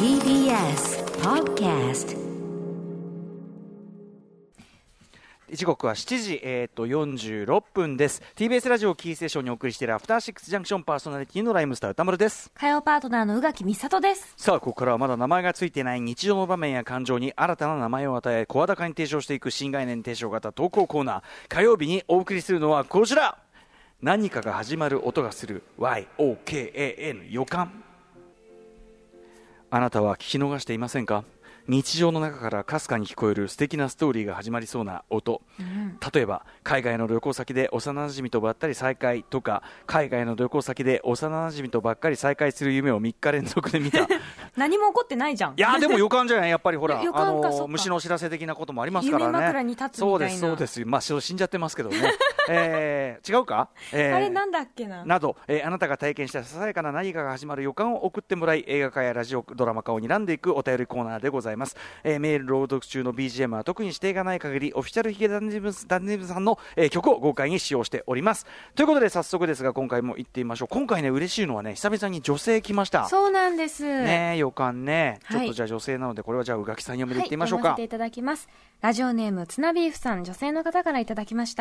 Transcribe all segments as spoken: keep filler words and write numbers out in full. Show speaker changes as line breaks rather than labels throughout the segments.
ティービーエス Podcast。
時刻はしちじ、えー、とよんじゅうろっぷんです。 ティービーエス ラジオキーステーションにお送りしているアフターシックスジャンクション、パーソナリティのライムスター歌丸です。
火曜パートナーの宇垣美里です。
さあ、ここからはまだ名前がついていない日常の場面や感情に新たな名前を与え、声高に提唱していく新概念提唱型投稿コーナー。火曜日にお送りするのはこちら、何かが始まる音がする ワイオーケーエーエヌ 予感。あなたは聞き逃していませんか？日常の中からかすかに聞こえる素敵なストーリーが始まりそうな音、うん、例えば海外の旅行先で幼馴染とばったり再会とか、海外の旅行先で幼馴染とばっかり再会する夢をみっか連続で見た
何も起こってないじゃん。
いやでも予感じゃない、やっぱりほら
予感か、
あの虫のお知らせ的なこともありますからね。
夢枕に立つみたいな。
そうですそうです、まあ死んじゃってますけどねえー、違うか、えー、
あれなんだっけな
など、えー、あなたが体験したささやかな何かが始まる予感を送ってもらい、映画化やラジオドラマ化を睨んでいくお便りコーナーでございます。えー、メール朗読中の ビージーエム は特に指定がない限りオフィシャルヒゲダンディブス、ダンディブスさんの、えー、曲を豪快に使用しております。ということで早速ですが今回も行ってみましょう。今回ね、嬉しいのはね、久々に女性来ました。
そうなんです
ね、予感ね、
はい、
ちょっとじゃあ女性なのでこれはじゃあ宇垣さん読めていってみましょうか。
はい、読ませていただきます。ラジオネームツナビーフさん、女性の方からいただきました。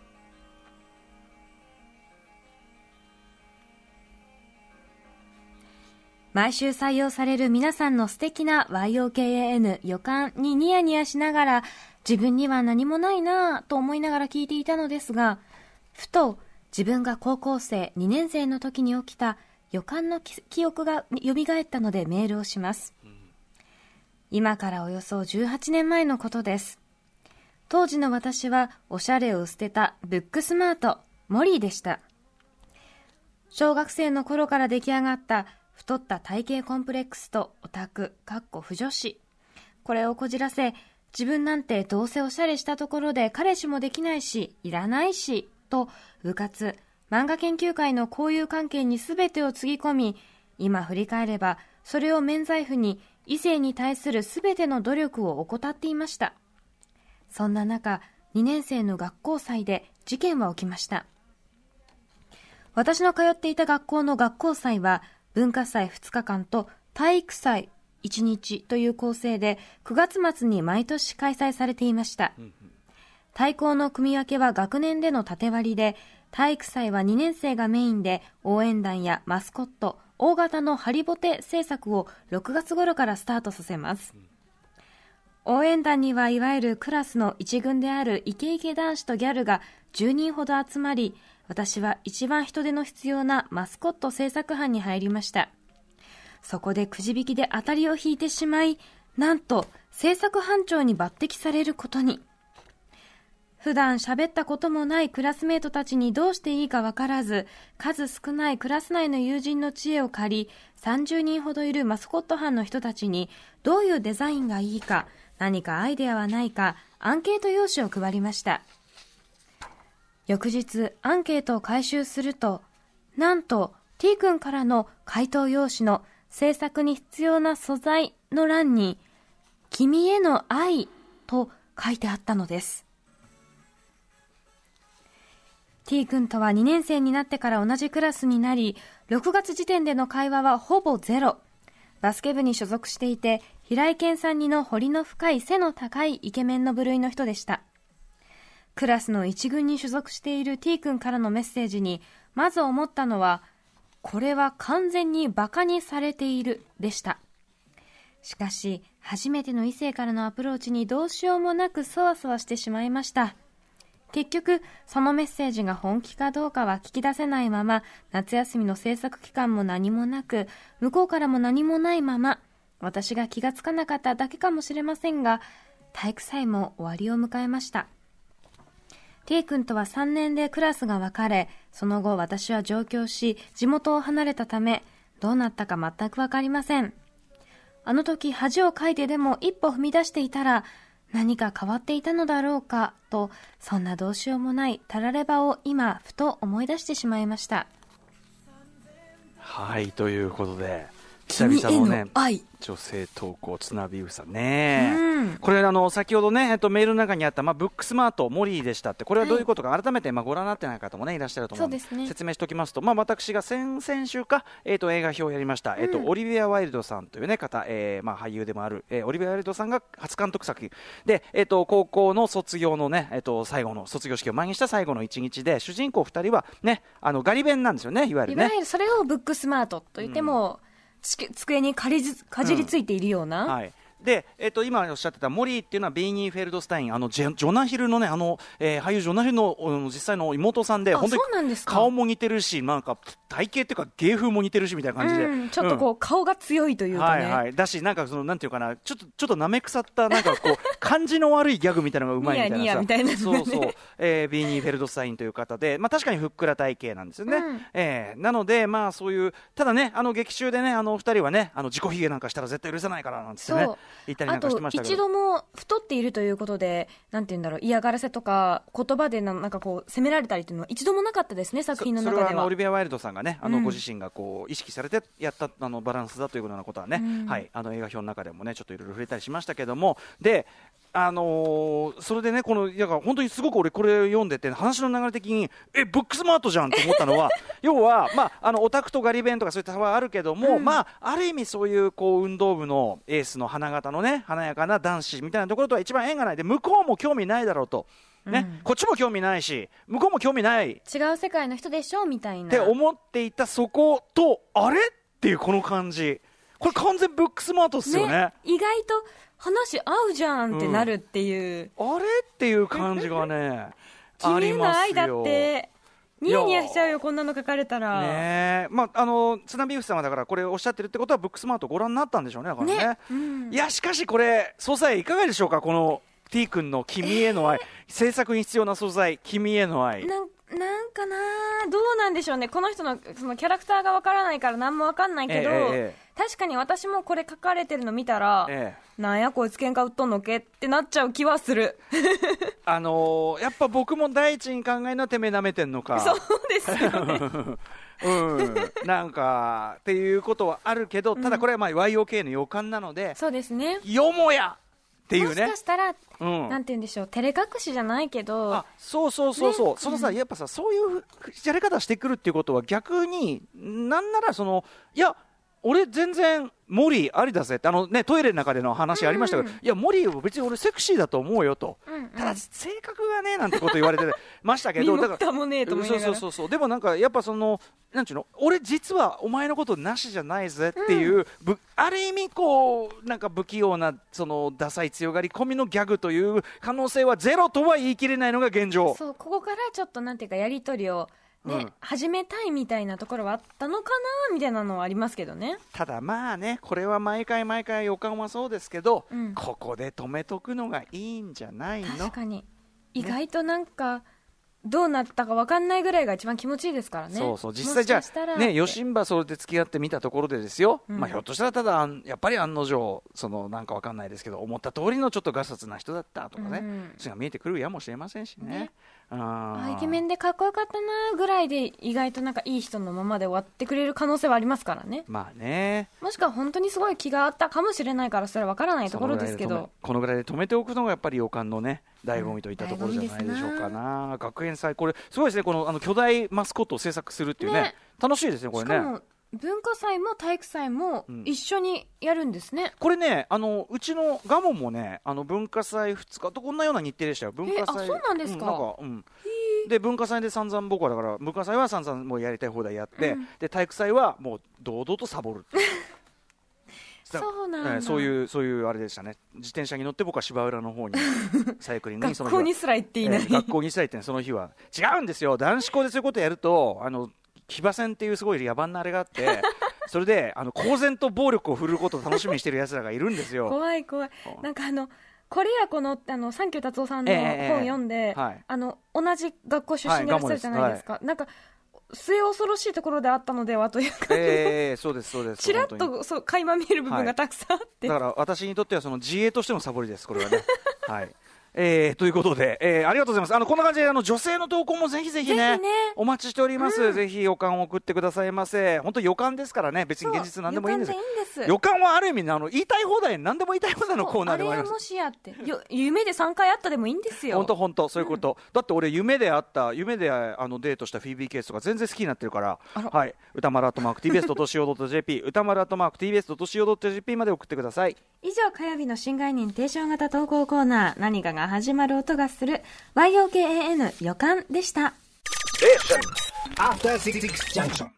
毎週採用される皆さんの素敵な ワイオーケーエーエヌ 予感にニヤニヤしながら、自分には何もないなぁと思いながら聞いていたのですが、ふと自分が高校生にねん生の時に起きた予感の記憶が蘇ったのでメールをします。今からおよそじゅうはちねんまえのことです。当時の私はおしゃれを捨てたブックスマートモリーでした。小学生の頃から出来上がった太った体型コンプレックスとオタクかっこ不女子、これをこじらせ、自分なんてどうせおしゃれしたところで彼氏もできないしいらないしと、部活漫画研究会の交友関係に全てをつぎ込み、今振り返ればそれを免罪符に異性に対する全ての努力を怠っていました。そんな中、にねん生の学校祭で事件は起きました。私の通っていた学校の学校祭は文化祭ふつかかんと体育祭いちにちという構成でくがつ末に毎年開催されていました。対抗の組み分けは学年での縦割りで、体育祭はにねん生がメインで応援団やマスコット、大型のハリボテ制作をろくがつ頃からスタートさせます。応援団にはいわゆるクラスの一軍であるイケイケ男子とギャルがじゅうにんほど集まり、私は一番人手の必要なマスコット制作班に入りました。そこでくじ引きで当たりを引いてしまい、なんと制作班長に抜擢されることに。普段喋ったこともないクラスメートたちにどうしていいかわからず、数少ないクラス内の友人の知恵を借り、さんじゅうにんほどいるマスコット班の人たちにどういうデザインがいいか、何かアイデアはないか、アンケート用紙を配りました。翌日アンケートを回収すると、なんと T 君からの回答用紙の制作に必要な素材の欄に君への愛と書いてあったのです。 T 君とはにねん生になってから同じクラスになり、ろくがつ時点での会話はほぼゼロ。バスケ部に所属していて、平井堅さんにの彫りの深い背の高いイケメンの部類の人でした。クラスの一軍に所属している T 君からのメッセージにまず思ったのは、これは完全にバカにされているでした。しかし初めての異性からのアプローチにどうしようもなくそわそわしてしまいました。結局そのメッセージが本気かどうかは聞き出せないまま、夏休みの制作期間も何もなく、向こうからも何もないまま、私が気がつかなかっただけかもしれませんが、体育祭も終わりを迎えました。T 君とはさんねんでクラスが分かれ、その後私は上京し地元を離れたため、どうなったか全く分かりません。あの時恥をかいてでも一歩踏み出していたら何か変わっていたのだろうかと、そんなどうしようもないたらればを今ふと思い出してしまいました。
はい、ということで
君への愛、
女性投稿つなびうさんね、
うん、
これあの先ほどね、えっと、メールの中にあった、まあ、ブックスマートモリーでしたって、これはどういうことか、はい、改めて、まあ、ご覧になってない方も、ね、いらっしゃると思うので、
そうですね、
説明しておきますと、まあ、私が先々週か、えっと、映画表をやりました、うん、えっと、オリビア・ワイルドさんという、ね、方、えーまあ、俳優でもある、えー、オリビア・ワイルドさんが初監督作品で、えっと、高校の卒業の、ね、えっと、最後の卒業式を前にした最後の一日で、主人公ふたりは、ね、あのガリ勉なんですよね、いわゆるね。
いわゆるそれをブックスマートといっても、うん、机にかりじかじりついているような、
うん、はいでえー、と今おっしゃってたモリーっていうのはビーニー・フェルドスタイン、あのジョジョナヒルのね、あの、えー、俳優ジョナヒルの、うん、実際の妹さんで、本当に顔も似てるし、なんか体型っていうか芸風も似てるしみたいな感じで、
うん、ちょっとこう、うん、顔が強いというかね、
はいはい、だし、なんかそのなんていうかな、ちょっとちょっとなめ腐ったなんかこう感じの悪いギャグみたいなのがうまいみたいなさ、
ニヤニヤみたいな、ね、
そうそう、えー、ビーニー・フェルドスタインという方で、まあ、確かにふっくら体型なんですよね、うん、えー、なので、まあ、そういうただね、あの劇中でね、あのふたりはね、あの自己卑下なんかしたら絶対許さないからなんてね言ったりなんかしてました。
一度も太っているということで、なんていうんだろう、嫌がらせとか言葉でなんかこう責められたりというのは一度もなかったですね、作品の中では。
それはあのオリビア・ワイルドさんがね、あのご自身がこう意識されてやったあのバランスだというようなことはね、うん、はい、あの映画表の中でもねちょっといろいろ触れたりしましたけども、であのー、それでね、このいや本当にすごく俺これ読んでて話の流れ的にえブックスマートじゃんと思ったのは要は、まあ、あのオタクとガリ勉とかそういった差はあるけども、うん、まあ、ある意味そういうこう運動部のエースの花形のね華やかな男子みたいなところとは一番縁がないで、向こうも興味ないだろうと、ね、うん、こっちも興味ないし向こうも興味ない、
違う世界の人でしょみたいな
って思っていたそことあれっていうこの感じ、これ完全ブックスマートっすよ ね, ね
意外と話合うじゃんってなるっていう、
うん、あれっていう感じがね
ありますよ。だってニヤニヤしちゃうよ、こんなの書かれたら
ね。まあ、あのつなびゆきさんはだからこれおっしゃってるってことはブックスマートご覧になったんでしょうね、だからね、ね、うん、いやしかしこれ素材いかがでしょうか、この T 君の君への愛、えー、制作に必要な素材君への愛、
なんなんかな、どうなんでしょうね、この人のそのキャラクターがわからないから何もわかんないけど、えーえー、確かに私もこれ書かれてるの見たら、えー、なんやこいつ喧嘩売っとんのけってなっちゃう気はする
あのー、やっぱ僕も第一に考えるのはてめえなめてんのか、
そうですよね
うん、なんかっていうことはあるけど、ただこれはまあ ワイオーケー の予感なので、うん、
そうですね、
よもやっていうね、
もしかしたら、うん、なんて言うんでしょう、照れ隠しじゃないけど、
あそうそうそうそう、ね、そのさ、
うん、
やっぱさ、そういうやり方してくるっていうことは逆になんならそのいや俺全然モリーありだぜって、あの、ね、トイレの中での話ありましたけど、うん、いやモリーは別に俺セクシーだと思うよと、うんうん、ただ性格がねなんてこと言われてましたけど
だからもねえと思いながら、
そうそうそう、でもなんかやっぱそのなんちゅうの、俺実はお前のことなしじゃないぜっていう、うん、ある意味こうなんか不器用なそのダサい強がり込みのギャグという可能性はゼロとは言い切れないのが現状。
そう、ここからちょっとなんていうかやり取りをね、うん、始めたいみたいなところはあったのかなみたいなのはありますけどね。た
だまあね、これは毎回毎回予感はそうですけど、うん、ここで止めとくのがいいんじゃないの。
確かに意外となんか、ね、どうなったか分かんないぐらいが一番気持ちいいですからね。
そうそう、実際じゃあね、ヨシンバそれで付き合ってみたところでですよ、うん、まあ、ひょっとしたらただやっぱり案の定そのなんか分かんないですけど思った通りのちょっとガサツな人だったとかね、うん、それが見えてくるやもしれませんしね。ね、
あイケメンでかっこよかったなぐらいで意外となんかいい人のままで終わってくれる可能性はありますからね。
まあね、
もしくは本当にすごい気があったかもしれないからそれは分からないところですけど、
このぐらいで止めておくのがやっぱり予感のね醍醐味といったところじゃないでしょうかな、うん、学園祭これすごいですね、このあの巨大マスコットを制作するっていうね、ね、楽しいですねこれね。
しかも文化祭も体育祭も一緒にやるんですね、うん、
これね、あのうちのガモもね、あの文化祭ふつかとこんなような日程でしたよ。文化祭、
あ、そうなんですか、
うん、なんか、うん、で文化祭で散々僕はだから文化祭は散々もうやりたい放題やって、うん、で体育祭はもう堂々とサボる
そうなんだ、
えー、そういうそういうあれでしたね。自転車に乗って僕は芝浦の方にサイクリングに
学校にすら行っていない、
えー、学校にすら行ってないその日は違うんですよ。男子校でそういうことやるとあの騎馬戦っていうすごい野蛮なあれがあってそれであの公然と暴力を振るうことを楽しみにしてる奴らがいるんですよ。
怖い怖い。なんかあのこれやこのあのサンキュー達夫さんの本読んで、えーはい、あの同じ学校出身でいらっしゃるじゃないですか、はい、なんか末恐ろしいところであったのではというか、
えー、そうですそうです。
ちらっとそう垣間見える部分がたくさんあって、
はい、だから私にとってはその自衛としてのサボりですこれはねはいえー、ということで、えー、ありがとうございます。あのこんな感じであの女性の投稿もぜひぜひ ね,
ぜひね
お待ちしております、
うん、
ぜひ予感を送ってくださいませ。本当予感ですからね、別に現実なんでもいいんですよ。
予感でいいんです。
予感はある意味あの言いたい放題、何でも言いたい放題のコーナーでもあります。
あれやもしやってよ夢でさんかいあったでもいいんですよ。
本当本当そういうこと、うん、だって俺夢であった夢であのデートしたフィービーケースとか全然好きになってるから、はい、歌丸アットマーク ティービーエスドットシーオードットジェーピー 歌丸アットマーク ティービーエスドットシーオードットジェーピー まで送ってください。
以上、火曜日の新概念提唱型投稿コーナー、何かが始まる音がする ワイオーケーエーエヌ 予感でした。
After Six Junction